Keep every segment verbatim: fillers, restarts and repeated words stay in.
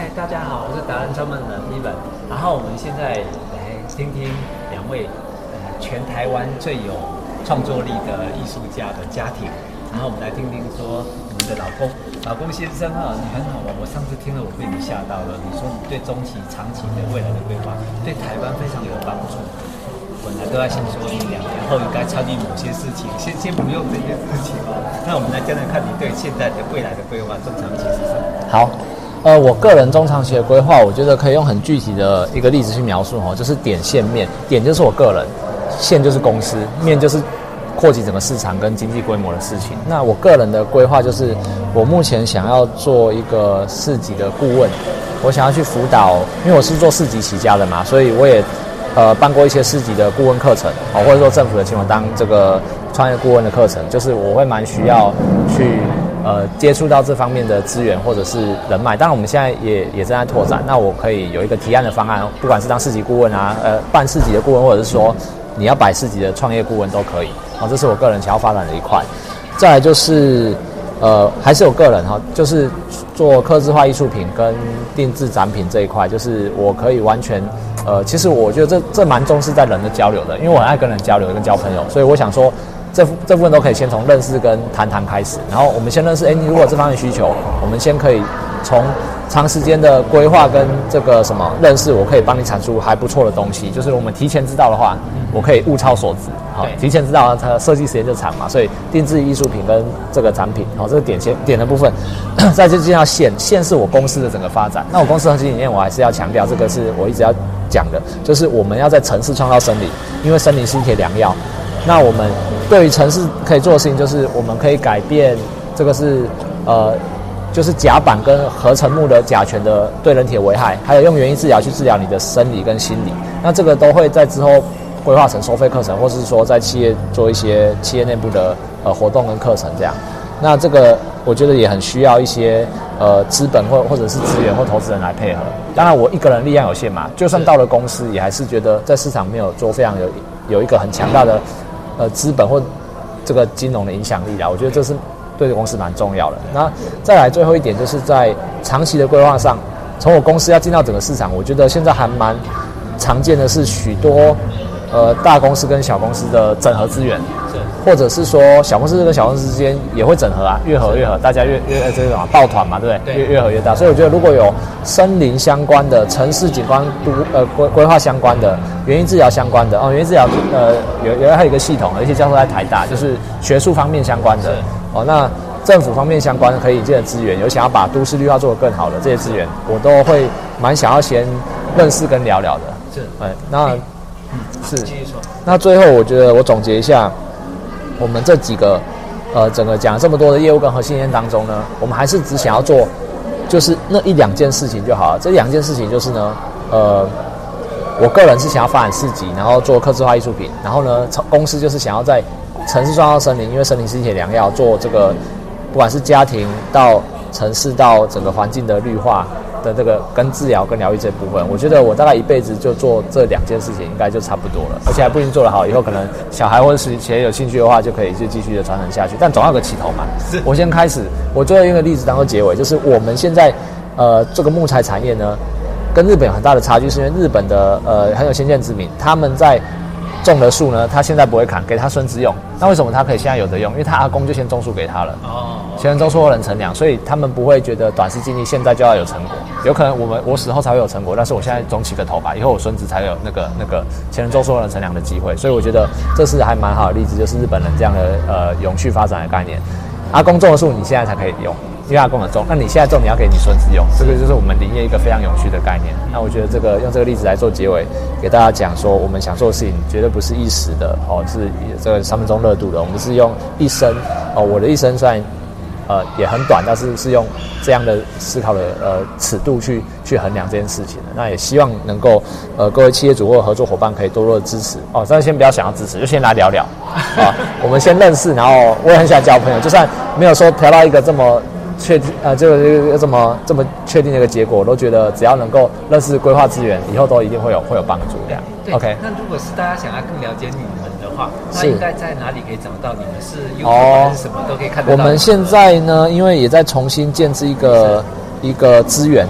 大家好，我是达人创办人 Ivan。然后我们现在来听听两位呃全台湾最有创作力的艺术家的家庭。然后我们来听听说你们的老公，老公先生啊，你很好玩。我上次听了，我被你吓到了。你说你对中期、长期的未来的规划，对台湾非常有帮助。本来都在想说，你两年后应该参与某些事情，先先不用这件事情哦。那我们来讲讲看你对现在的未来的规划，中长期是什么？ 好。呃，我个人中长期的规划，我觉得可以用很具体的一个例子去描述哦，就是点线面，点就是我个人，线就是公司，面就是扩及整个市场跟经济规模的事情。那我个人的规划就是，我目前想要做一个市集的顾问，我想要去辅导，因为我是做市集起家的嘛，所以我也呃办过一些市集的顾问课程，哦，或者说政府的请我当这个创业顾问的课程，就是我会蛮需要去。呃，接触到这方面的资源或者是人脉，当然我们现在也也正在拓展。那我可以有一个提案的方案，不管是当市集顾问啊，呃，办市集的顾问，或者是说你要摆市集的创业顾问都可以。好，这是我个人想要发展的一块。再来就是呃，还是有个人哈，就是做客制化艺术品跟定制展品这一块，就是我可以完全呃，其实我觉得这这蛮重视在人的交流的，因为我很爱跟人交流，跟交朋友，所以我想说。这这部分都可以先从认识跟谈谈开始，然后我们先认识，哎，你如果这方面需求，我们先可以从长时间的规划跟这个什么认识，我可以帮你产出还不错的东西。就是我们提前知道的话，我可以物超所值，好，提前知道它的设计时间就长嘛，所以定制艺术品跟这个产品，好，这个点先点的部分，再就进到线，线是我公司的整个发展。那我公司核心理念，我还是要强调，这个是我一直要讲的，就是我们要在城市创造森林，因为森林是一铁良药。那我们对于城市可以做的事情，就是我们可以改变这个是呃，就是甲板跟合成木的甲醛的对人体的危害，还有用园艺治疗去治疗你的生理跟心理。那这个都会在之后规划成收费课程，或是说在企业做一些企业内部的呃活动跟课程这样。那这个我觉得也很需要一些呃资本或或者是资源或投资人来配合。当然我一个人力量有限嘛，就算到了公司，也还是觉得在市场没有做非常有有一个很强大的。呃，资本或这个金融的影响力啦，我觉得这是对公司蛮重要的。那再来最后一点，就是在长期的规划上，从我公司要进到整个市场，我觉得现在还蛮常见的是许多呃大公司跟小公司的整合资源，或者是说小公司跟小公司之间也会整合啊，越合越合，大家越越这种抱团嘛，对不对？越越合越大。所以我觉得如果有森林相关的、城市景观都呃规规划相关的、园艺治疗相关的哦，园艺治疗呃有有还有一个系统，而且教授在台大，就是学术方面相关的哦。那政府方面相关的可以引进的资源，有想要把都市绿化做得更好的这些资源，我都会蛮想要先认识跟聊聊的。是，哎，那嗯是。继续说。那最后我觉得我总结一下。我们这几个，呃，整个讲了这么多的业务跟核心理念当中呢，我们还是只想要做，就是那一两件事情就好了。这两件事情就是呢，呃，我个人是想要发展市集，然后做客制化艺术品，然后呢，公司就是想要在城市创造森林，因为森林是一铁良药，做这个不管是家庭到城市到整个环境的绿化的这个跟治疗跟疗愈这部分，我觉得我大概一辈子就做这两件事情，应该就差不多了，而且还不一定做得好，以后可能小孩或者是企业有兴趣的话，就可以就继续的传承下去，但总要有个起头嘛。我先开始，我最后用一个例子当做结尾，就是我们现在呃这个木材产业呢，跟日本有很大的差距，是因为日本的呃很有先见之明，他们在种的树呢，他现在不会砍，给他孙子用。那为什么他可以现在有得用？因为他阿公就先种树给他了。哦，前人种树后人乘凉，所以他们不会觉得短视经济现在就要有成果。有可能我们我死后才会有成果，但是我现在种起个头吧，以后我孙子才有那个那个前人种树后人乘凉的机会。所以我觉得这是还蛮好的例子，就是日本人这样的呃永续发展的概念。阿公种的树，你现在才可以用。因为阿公的种，那你现在种，你要给你孙子用，这个就是我们林业一个非常永续的概念。那我觉得这个用这个例子来做结尾，给大家讲说，我们想做的事情绝对不是一时的哦，是这个三分钟热度的，我们是用一生哦，我的一生虽然呃也很短，但是是用这样的思考的呃尺度去去衡量这件事情的。那也希望能够呃各位企业主或合作伙伴可以多多的支持哦，但是先不要想要支持，就先来聊聊啊，我们先认识，然后我也很想交朋友，就算没有说调到一个这么。确定呃，这个这么这么确定的一个结果，我都觉得只要能够认识规划资源，以后都一定会有会有帮助这样。 对 ，OK。那如果是大家想要更了解你们的话，那应该在哪里可以找到你们？是 YouTube 还是什么都可以看得到？ 我们现在呢，因为也在重新建制一个一个资源，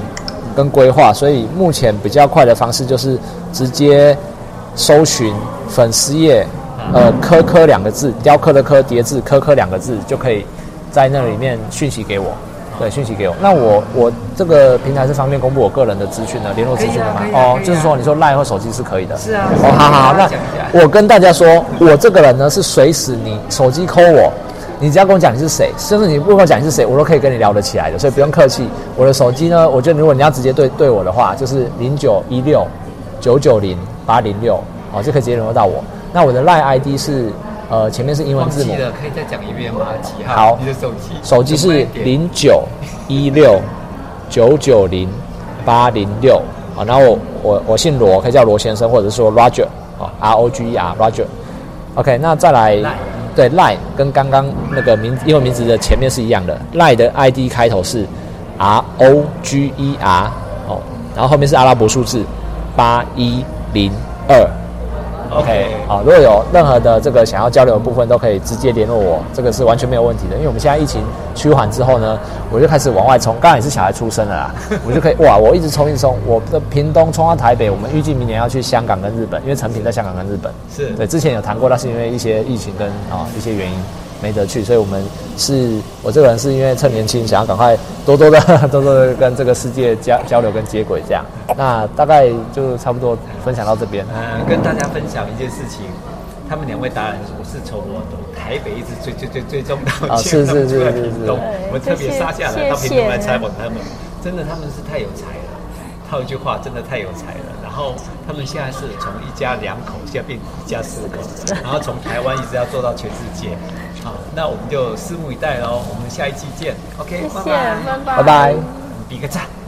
跟规划，所以目前比较快的方式就是直接搜寻粉丝页，呃，科科两个字，雕刻的科，叠字，科科两个字，就可以在那里面讯息给我。对，讯息给我。那我我这个平台是方便公布我个人的资讯的联络资讯的吗？ 啊啊、 哦，就是说你说 LINE 或手机是可以的。 是啊。 哦，好好好，那我跟大家说，我这个人呢是随时你手机 call 我，你只要跟我讲你是谁，甚至你不跟我讲你是谁，我都可以跟你聊得起来的，所以不用客气。我的手机呢，我觉得如果你要直接对对我的话，就是零九一六九九零八零六，哦，就可以直接联络到我。那我的 LINE I D 是。呃，前面是英文字母。 忘记了，可以再讲一遍吗？几号？ 好， 你的手机。 手机是零九一六九九零八零六。好，然后我我我姓罗，可以叫罗先生，或者是说 Roger， 哦 ，R O G E R Roger。OK， 那再来， Line 对 Line 跟刚刚那个名英文名字的前面是一样的 ，Line 的 I D 开头是 R O G E R， 哦，然后后面是阿拉伯数字八一零二。OK， 好，如果有任何的这个想要交流的部分，都可以直接联络我，这个是完全没有问题的。因为我们现在疫情趋缓之后呢，我就开始往外冲。刚才也是小孩出生了啦，我就可以哇，我一直冲一直冲，我的屏东冲到台北，我们预计明年要去香港跟日本，因为成品在香港跟日本。是对，之前有谈过，但是因为一些疫情跟啊、哦、一些原因没得去，所以我们是我这个人是因为趁年轻，想要赶快多多的多多的跟这个世界交交流跟接轨这样。那大概就差不多分享到这边。 嗯，跟大家分享一件事情，他们两位达人，我是从我从台北一直追追追追踪到现在出来屏东，我们特别杀下来到屏东来采访他们，真的他们是太有才了。套一句话，真的太有才了。然后他们现在是从一家两口，现在变一家四口，然后从台湾一直要做到全世界。好，那我们就拭目以待喽。我们下一期见。OK， 谢谢，拜拜， 拜拜， 比个赞。